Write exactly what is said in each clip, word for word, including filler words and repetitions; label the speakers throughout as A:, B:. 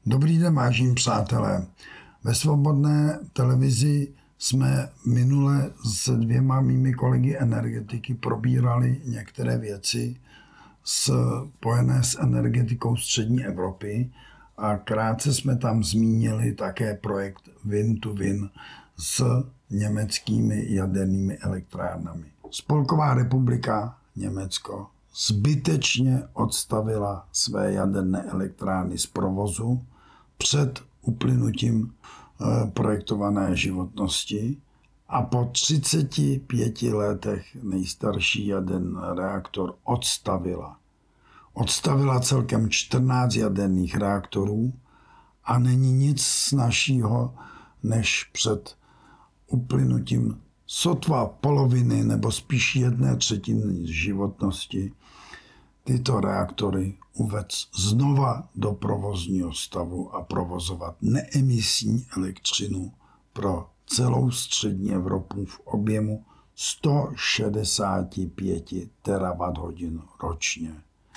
A: Dobrý den, vážení přátelé. Ve Svobodné televizi jsme minule se dvěma mými kolegy energetiky probírali některé věci spojené s energetikou střední Evropy a krátce jsme tam zmínili také projekt Wind to Win s německými jadernými elektrárnami. Spolková republika Německo zbytečně odstavila své jaderné elektrárny z provozu před uplynutím projektované životnosti a po třiceti pěti letech nejstarší jaderný reaktor odstavila. Odstavila celkem čtrnáct jaderných reaktorů a není nic snazšího, než před uplynutím sotva poloviny nebo spíš jedné třetiny životnosti tyto reaktory uvést znova do provozního stavu a provozovat neemisní elektřinu pro celou střední Evropu v objemu sto šedesát pět terawatt hodin ročně.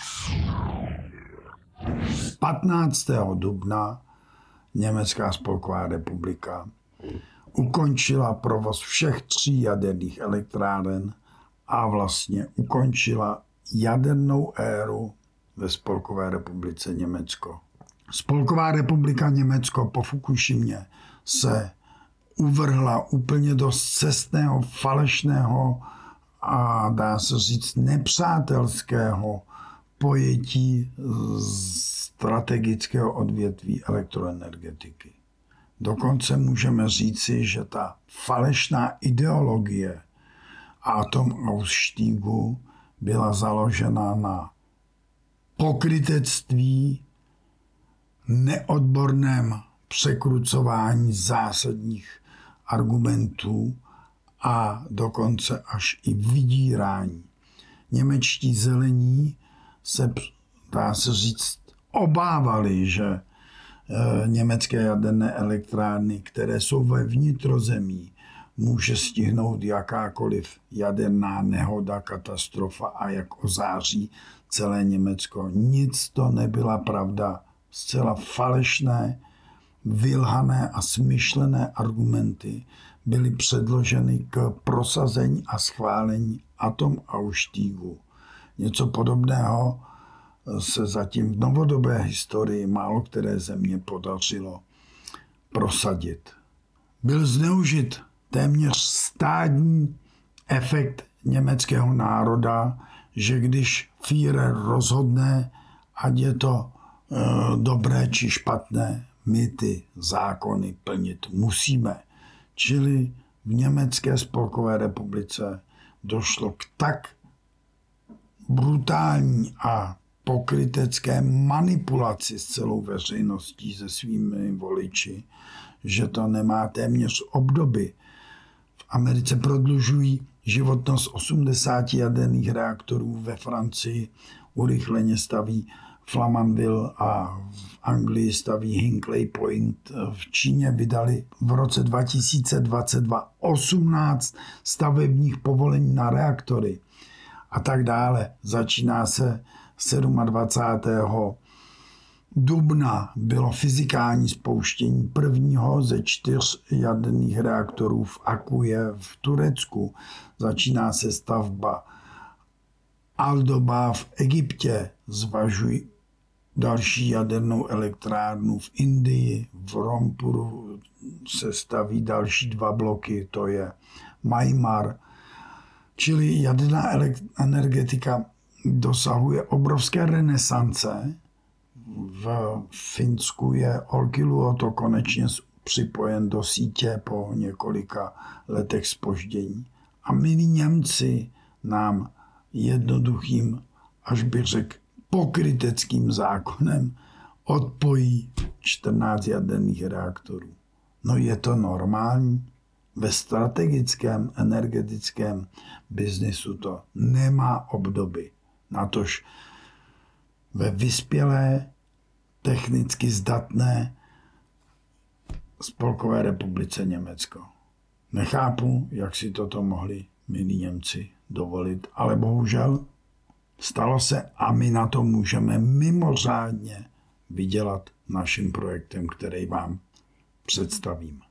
A: patnáctého dubna Německá spolková republika ukončila provoz všech tří jaderných elektráren a vlastně ukončila jadernou éru ve Spolkové republice Německo. Spolková republika Německo po Fukušimě se uvrhla úplně do scestného, falešného a dá se říct nepřátelského pojetí strategického odvětví elektroenergetiky. Dokonce můžeme říci, že ta falešná ideologie Atomausstiegu byla založena na pokrytectví, neodborném překrucování zásadních argumentů a dokonce až i vydírání. Němečtí zelení se, dá se říct, obávali, že německé jaderné elektrárny, které jsou ve vnitrozemí, může stihnout jakákoliv jaderná nehoda, katastrofa a jak ozáří celé Německo. Nic to nebyla pravda. Zcela falešné, vylhané a smyšlené argumenty byly předloženy k prosazení a schválení Atomausstiegu. Něco podobného se zatím v novodobé historii málo které země podařilo prosadit. Byl zneužit téměř stádní efekt německého národa, že když Führer rozhodne, ať je to e, dobré či špatné, my ty zákony plnit musíme. Čili v Německé spolkové republice došlo k tak brutální a pokrytecké manipulaci s celou veřejností, se svými voliči, že to nemá téměř obdoby. V Americe prodlužují životnost osmdesáti jaderných reaktorů, ve Francii urychleně staví Flamanville a v Anglii staví Hinkley Point. V Číně vydali v roce dva tisíce dvacet dva osmnáct stavebních povolení na reaktory a tak dále. Začíná se dvacátého sedmého dubna bylo fyzikální spouštění prvního ze čtyř jaderných reaktorů v Akuje v Turecku. Začíná se stavba Al-Doba v Egyptě. Zvažují další jadernou elektrárnu v Indii. V Rampuru se staví další dva bloky, to je Myanmar. Čili jaderná energetika dosahuje obrovské renesance. V Finsku je Olkiluoto konečně připojen do sítě po několika letech zpoždění. A milí Němci nám jednoduchým, až bych řekl, pokryteckým zákonem odpojí čtrnáct jaderných reaktorů. No je to normální? Ve strategickém energetickém biznisu to nemá obdoby. Natož ve vyspělé, technicky zdatné Spolkové republice Německo. Nechápu, jak si toto mohli milí Němci dovolit, ale bohužel stalo se a my na to můžeme mimořádně vydělat naším projektem, který vám představím.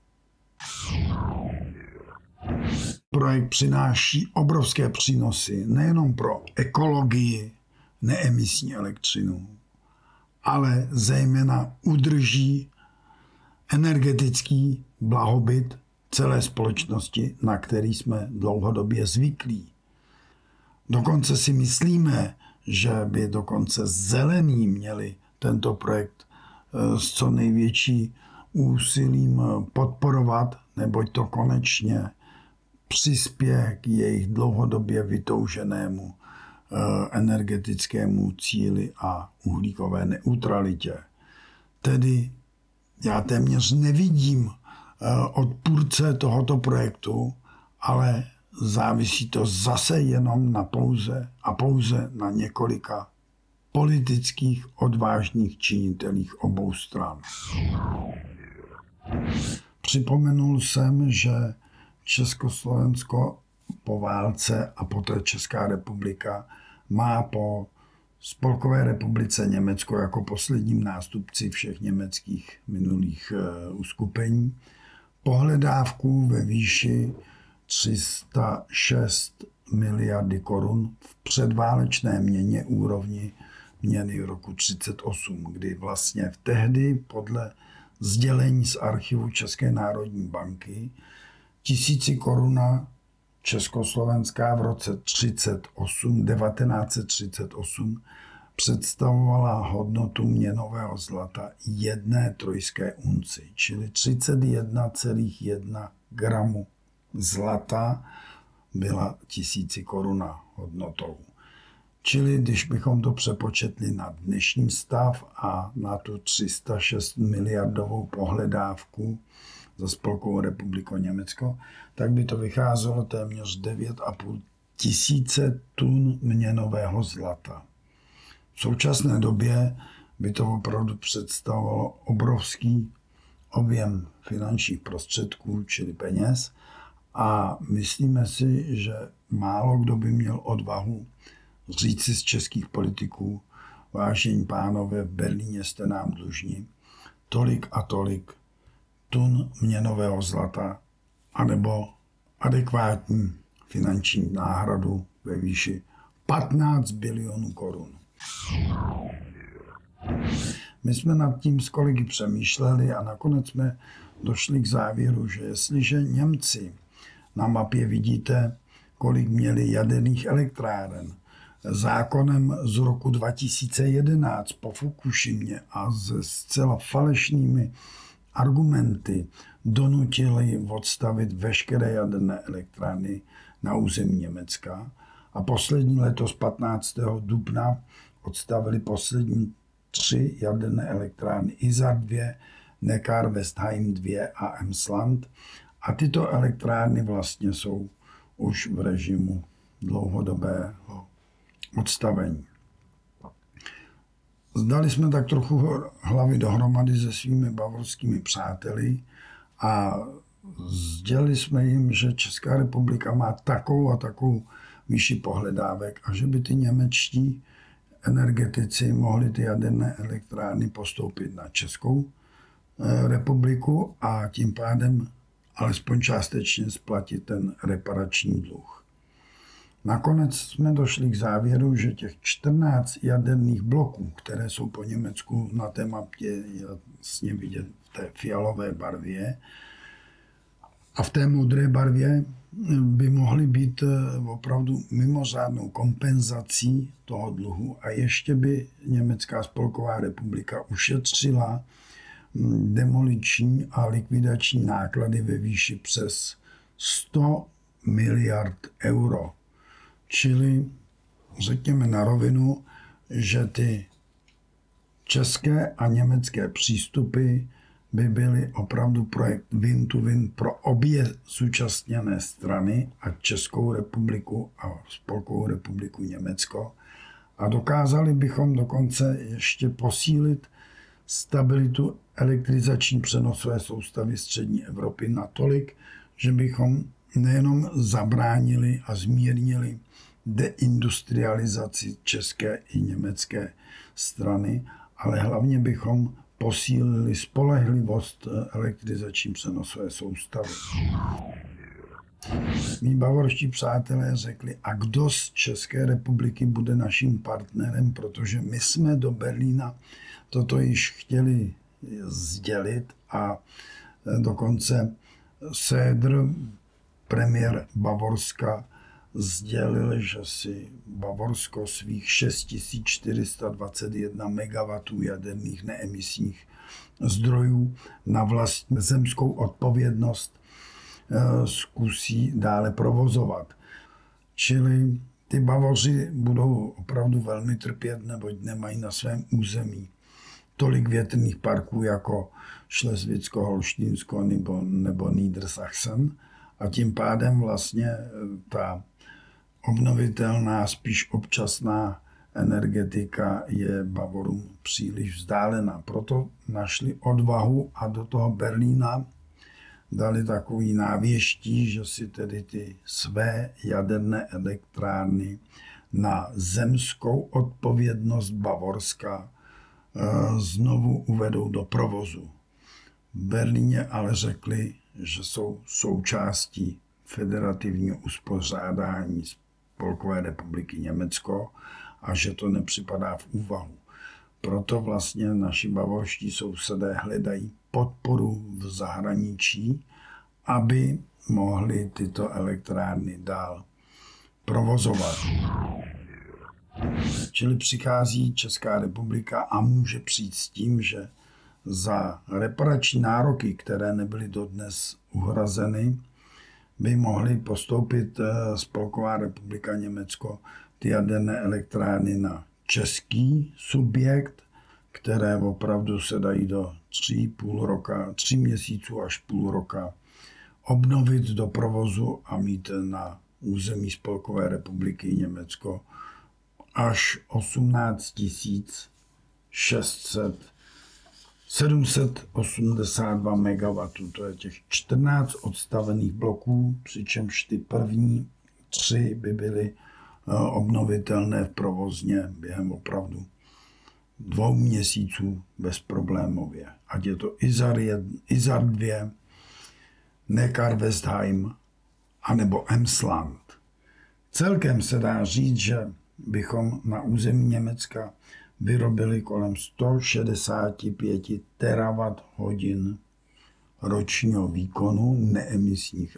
A: Projekt přináší obrovské přínosy nejenom pro ekologii, neemisní elektřinu, ale zejména udrží energetický blahobyt celé společnosti, na který jsme dlouhodobě zvyklí. Dokonce si myslíme, že by dokonce zelení měli tento projekt s co největší úsilím podporovat, neboť to konečně přispěje k jejich dlouhodobě vytouženému energetickému cíli a uhlíkové neutralitě. Tedy já téměř nevidím odpůrce tohoto projektu, ale závisí to zase jenom na pouze a pouze na několika politických odvážných činitelích obou stran. Připomenul jsem, že Československo po válce a poté Česká republika má po Spolkové republice Německo jako posledním nástupci všech německých minulých uskupení pohledávku ve výši tři sta šest miliardy korun v předválečné měně úrovni měny roku třicet osm, kdy vlastně v tehdy podle sdělení z archivu České národní banky tisíci koruna československá v roce třicet osm, devatenáct set třicet osm představovala hodnotu měnového zlata jedné trojské unci, čili třicet jedna celá jedna gramu zlata byla tisíci koruna hodnotou. Čili když bychom to přepočetli na dnešní stav a na tu tři sta šest miliardovou pohledávku za Spolkovou republiku Německo, tak by to vycházelo téměř devět a půl tisíce tun měnového zlata. V současné době by to opravdu představovalo obrovský objem finančních prostředků, čili peněz, a myslíme si, že málo kdo by měl odvahu říci z českých politiků: vážení pánové, v Berlíně jste nám dlužní tolik a tolik tun měnového zlata, anebo adekvátní finanční náhradu ve výši patnáct bilionů korun. My jsme nad tím s kolegy přemýšleli a nakonec jsme došli k závěru, že jestliže Němci, na mapě vidíte, kolik měli jaderných elektráren, zákonem z roku dva tisíce jedenáct po Fukušimě a se zcela falešnými argumenty donutili odstavit veškeré jaderné elektrárny na území Německa a poslední letos patnáctého dubna odstavili poslední tři jaderné elektrárny Isar dva, Neckar-Westheim dva a Emsland, a tyto elektrárny vlastně jsou už v režimu dlouhodobého odstavení. Zdali jsme tak trochu hlavy dohromady se svými bavorskými přáteli a sdělili jsme jim, že Česká republika má takovou a takovou výši pohledávek a že by ty němečtí energetici mohli ty jaderné elektrárny postoupit na Českou republiku a tím pádem alespoň částečně splatit ten reparační dluh. Nakonec jsme došli k závěru, že těch čtrnáct jaderných bloků, které jsou po Německu na té mapě jasně vidět v té fialové barvě a v té modré barvě, by mohly být opravdu mimořádnou kompenzací toho dluhu a ještě by Německá spolková republika ušetřila demoliční a likvidační náklady ve výši přes sto miliard euro. Čili řekněme na rovinu, že ty české a německé přístupy by byly opravdu projekt win-to-win pro obě zúčastněné strany, a Českou republiku a Spolkovou republiku Německo. A dokázali bychom dokonce ještě posílit stabilitu elektrizační přenosové soustavy střední Evropy natolik, že bychom nejenom zabránili a zmírnili deindustrializaci české i německé strany, ale hlavně bychom posílili spolehlivost elektrizační přenosové soustavy. Mí bavorští přátelé řekli, a kdo z České republiky bude naším partnerem, protože my jsme do Berlína toto již chtěli sdělit a dokonce Söder, premiér Bavorska, sdělil, že si Bavorsko svých šest tisíc čtyři sta dvacet jedna megawatů jaderných neemisních zdrojů na vlastní zemskou odpovědnost zkusí dále provozovat. Čili ty Bavoři budou opravdu velmi trpět, neboť nemají na svém území tolik větrných parků jako Šlesvicko-Holštínsko nebo, nebo Niedersachsen a tím pádem vlastně ta obnovitelná, spíš občasná energetika je Bavorům příliš vzdálená. Proto našli odvahu a do toho Berlína dali takový návěští, že si tedy ty své jaderné elektrárny na zemskou odpovědnost Bavorska znovu uvedou do provozu. V Berlíně ale řekli, že jsou součástí federativního uspořádání Spolkové republiky Německo a že to nepřipadá v úvahu. Proto vlastně naši bavorští sousedé hledají podporu v zahraničí, aby mohli tyto elektrárny dál provozovat. Čili přichází Česká republika a může přijít s tím, že za reparační nároky, které nebyly dodnes uhrazeny, by mohly postoupit Spolková republika Německo ty jaderné elektrárny na český subjekt, které opravdu se dají do tří, půl roka, tří měsíců až půl roka obnovit do provozu a mít na území Spolkové republiky Německo až osmnáct tisíc šest set sedm set osmdesát dva megawatů. To je těch čtrnáct odstavených bloků, přičemž ty první tři by byly obnovitelné v provozně během opravdu dvou měsíců bezproblémově. Ať je to Izar, Izar dva, Neckar-Westheim anebo Emsland. Celkem se dá říct, že bychom na území Německa vyrobili kolem sto šedesát pět terawatt hodin ročního výkonu neemisních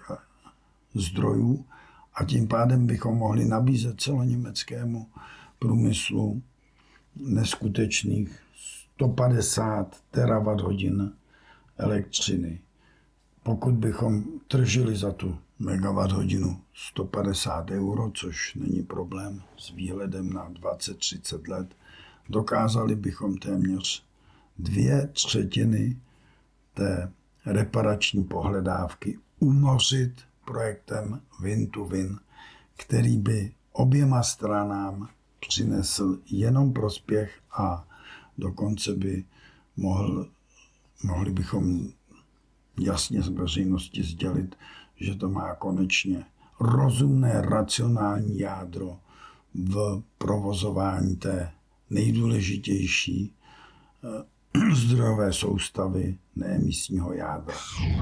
A: zdrojů a tím pádem bychom mohli nabízet celoněmeckému průmyslu neskutečných sto padesát terawatt hodin elektřiny. Pokud bychom tržili za tu megawatt hodinu sto padesát euro, což není problém s výhledem na dvacet třicet let, dokázali bychom téměř dvě třetiny té reparační pohledávky umořit projektem Win to Win, který by oběma stranám přinesl jenom prospěch a dokonce by mohl, mohli bychom jasně z veřejnosti sdělit, že to má konečně rozumné, racionální jádro v provozování té nejdůležitější zdrojové soustavy neemisního jádra.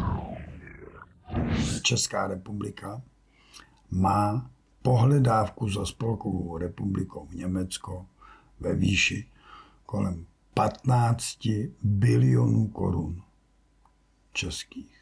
A: Česká republika má pohledávku za Spolkovou republikou Německo ve výši kolem patnáct bilionů korun českých.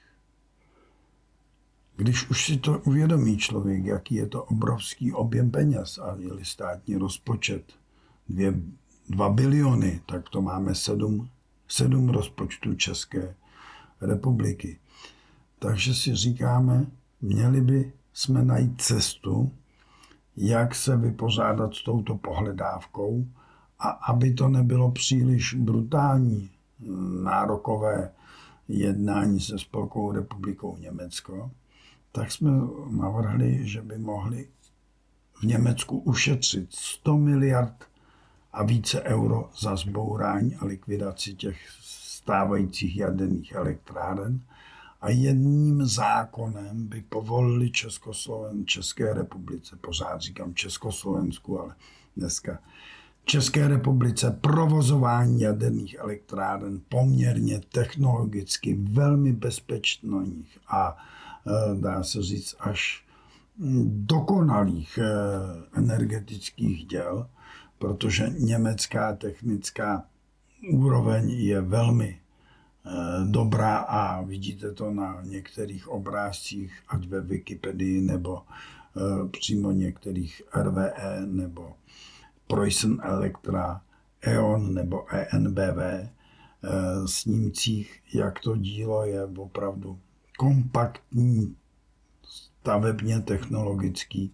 A: Když už si to uvědomí člověk, jaký je to obrovský objem peněz a je-li státní rozpočet dvě, dva biliony, tak to máme sedm, sedm rozpočtů České republiky. Takže si říkáme, měli by jsme najít cestu, jak se vypořádat s touto pohledávkou a aby to nebylo příliš brutální nárokové jednání se Spolkovou republikou Německo, tak jsme navrhli, že by mohli v Německu ušetřit sto miliard a více euro za zbourání a likvidaci těch stávajících jaderných elektráren a jedním zákonem by povolili Českosloven, České republice, pořád říkám Československu, ale dneska České republice provozování jaderných elektráren poměrně technologicky velmi bezpečných a dá se říct až dokonalých energetických děl, protože německá technická úroveň je velmi dobrá a vidíte to na některých obrázcích, ať ve Wikipedii nebo přímo některých R W E nebo Preußen Elektra, E O N nebo E N B V snímcích, jak to dílo je opravdu kompaktní, stavebně technologický,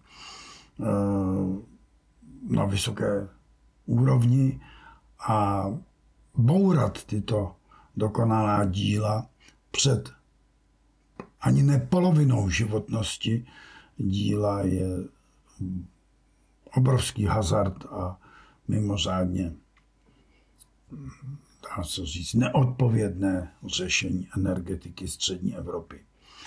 A: na vysoké úrovni a bourat tyto dokonalá díla před ani ne polovinou životnosti díla je obrovský hazard a mimořádně, dá se říct, neodpovědné řešení energetiky střední Evropy.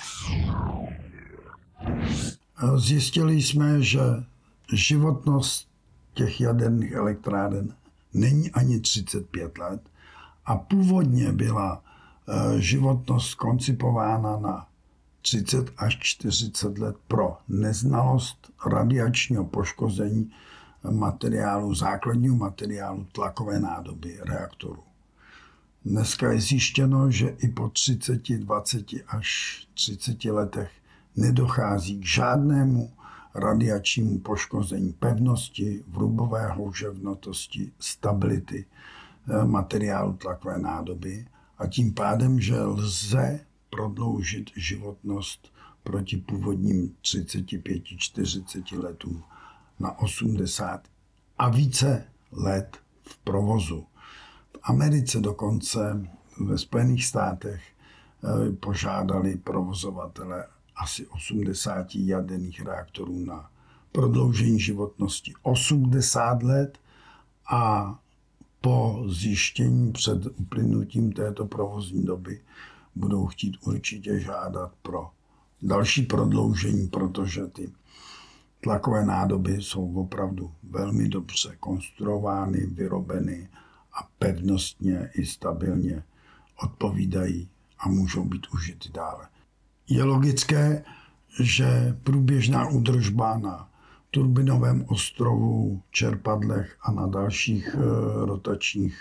A: Zjistili jsme, že životnost těch jaderných elektráren není ani třicet pět let a původně byla životnost koncipována na třicet až čtyřicet let pro neznalost radiačního poškození materiálu, základního materiálu tlakové nádoby reaktoru. Dneska je zjištěno, že i po třiceti, dvaceti až třiceti letech nedochází k žádnému radiačnímu poškození pevnosti, vrubové houževnatosti, stability materiálu tlakové nádoby a tím pádem, že lze prodloužit životnost proti původním třiceti pěti čtyřiceti letům na osmdesát a více let v provozu. V Americe dokonce, ve Spojených státech, požádali provozovatele asi osmdesáti jaderných reaktorů na prodloužení životnosti osmdesát let a po zjištění před uplynutím této provozní doby budou chtít určitě žádat pro další prodloužení, protože ty tlakové nádoby jsou opravdu velmi dobře konstruovány, vyrobeny a pevnostně i stabilně odpovídají a můžou být užity dále. Je logické, že průběžná údržba na turbinovém ostrovu, čerpadlech a na dalších rotačních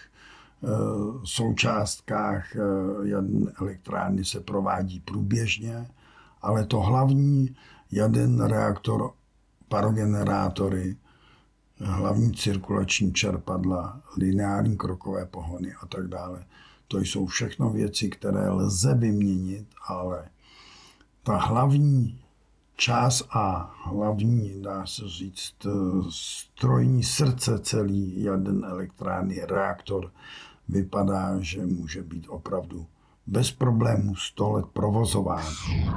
A: součástkách jaderné elektrárny se provádí průběžně, ale to hlavní, jeden reaktor, parogenerátory, hlavní cirkulační čerpadla, lineární krokové pohony a tak dále, to jsou všechno věci, které lze vyměnit, ale ta hlavní část a hlavní, dá se říct, strojní srdce celý jaderné elektrárny, reaktor, vypadá, že může být opravdu bez problémů sto let provozován.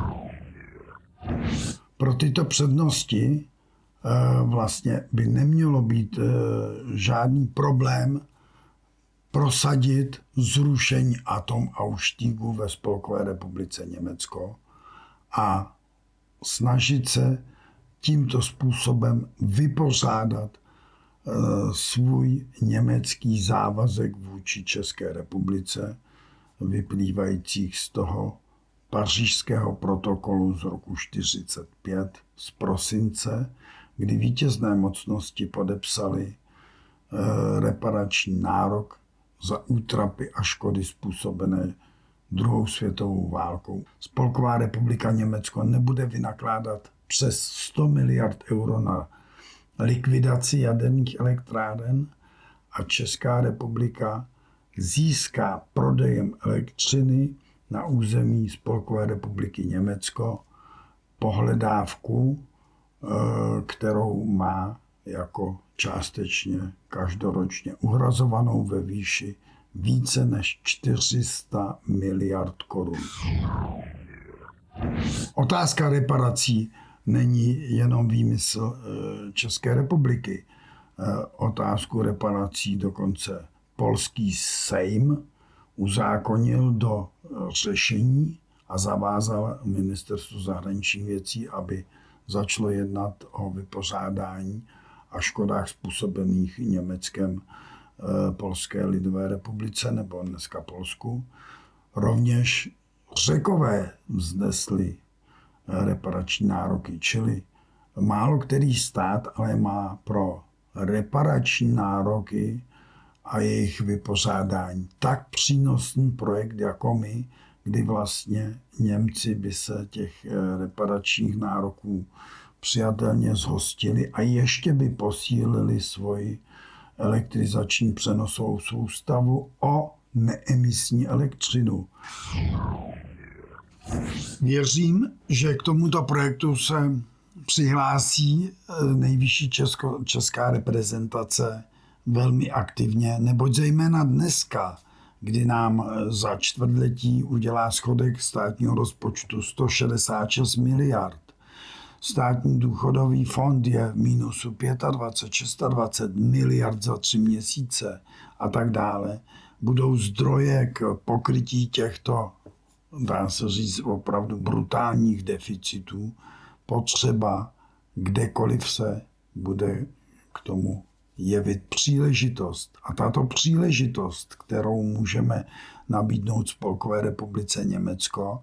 A: Pro tyto přednosti vlastně by nemělo být žádný problém prosadit zrušení Atomausstiegu ve Spolkové republice Německo a snažit se tímto způsobem vypořádat svůj německý závazek vůči České republice, vyplývajících z toho Pařížského protokolu z roku čtyřicet pět z prosince, kdy vítězné mocnosti podepsali reparační nárok za útrapy a škody způsobené druhou světovou válkou. Spolková republika Německo nebude vynakládat přes sto miliard euro na likvidaci jaderných elektráren a Česká republika získá prodejem elektřiny na území Spolkové republiky Německo pohledávku, kterou má jako částečně každoročně uhrazovanou ve výši více než čtyři sta miliard korun. Otázka reparací není jenom výmysl České republiky. Otázku reparací dokonce polský Sejm uzákonil do řešení a zavázal ministerstvu zahraničních věcí, aby začalo jednat o vypořádání a škodách způsobených Německem Polské lidové republice nebo dneska Polsku. Rovněž Řekové vznesli reparační nároky, čili málo který stát ale má pro reparační nároky a jejich vypořádání tak přínosný projekt jako my, kdy vlastně Němci by se těch reparačních nároků přijatelně zhostili a ještě by posílili svoji elektrizační přenosovou soustavu o neemisní elektřinu. Věřím, že k tomuto projektu se přihlásí nejvyšší česko, česká reprezentace velmi aktivně, neboť zejména dneska, kdy nám za čtvrtletí udělá schodek státního rozpočtu sto šedesát šest miliard. Státní důchodový fond je v mínusu dvacet pět, dvacet šest miliard za tři měsíce a tak dále. Budou zdroje k pokrytí těchto, dá se říct, opravdu brutálních deficitů potřeba, kdekoliv se bude k tomu jevit příležitost. A tato příležitost, kterou můžeme nabídnout Spolkové republice Německo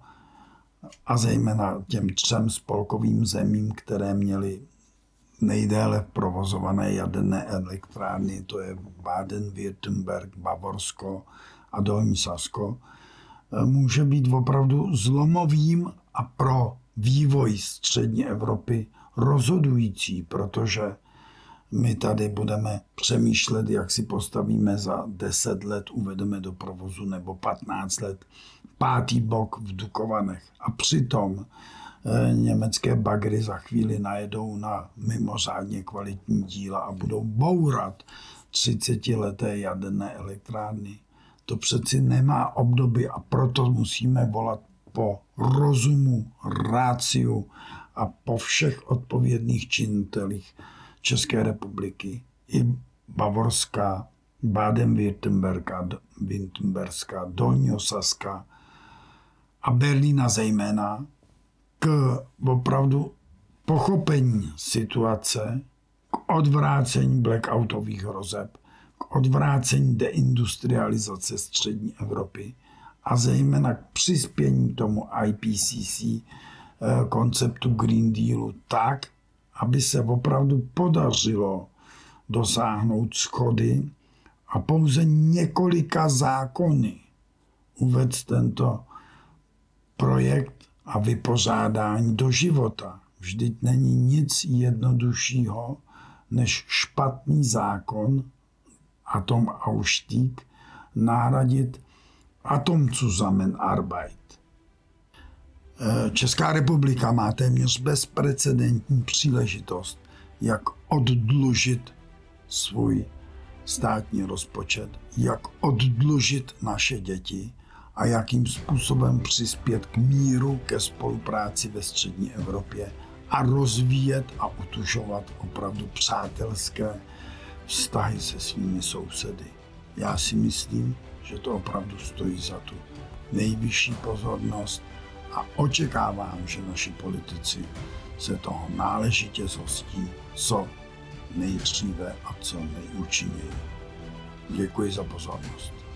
A: a zejména těm třem spolkovým zemím, které měly nejdéle provozované jaderné elektrárny, to je Baden-Württemberg, Bavorsko a Dolní Sasko, může být opravdu zlomovým a pro vývoj střední Evropy rozhodující, protože my tady budeme přemýšlet, jak si postavíme za deset let, uvedeme do provozu nebo patnáct let pátý blok v Dukovanech. A přitom e, německé bagry za chvíli najedou na mimořádně kvalitní díla a budou bourat třicetileté jaderné elektrárny. To přeci nemá obdoby a proto musíme volat po rozumu, ráciu a po všech odpovědných činitelích České republiky i Bavorska, Baden-Württemberska, Württemberska, Dolního Saska a Berlína zejména k opravdu pochopení situace, k odvrácení blackoutových hrozeb, k odvrácení deindustrializace střední Evropy a zejména k přispění tomu I P C C konceptu Green Dealu tak, aby se opravdu podařilo dosáhnout shody a pouze několika zákony uvést tento projekt a vypořádání do života. Vždyť není nic jednoduššího, než špatný zákon Atomausstieg nahradit Atomzusammenarbeit. Česká republika má téměř bezprecedentní příležitost, jak oddlužit svůj státní rozpočet, jak oddlužit naše děti a jakým způsobem přispět k míru, ke spolupráci ve střední Evropě a rozvíjet a utužovat opravdu přátelské vztahy se svými sousedy. Já si myslím, že to opravdu stojí za tu nejvyšší pozornost a očekávám, že naši politici se toho náležitě zhostí co nejdříve a co nejúčinněji. Děkuji za pozornost.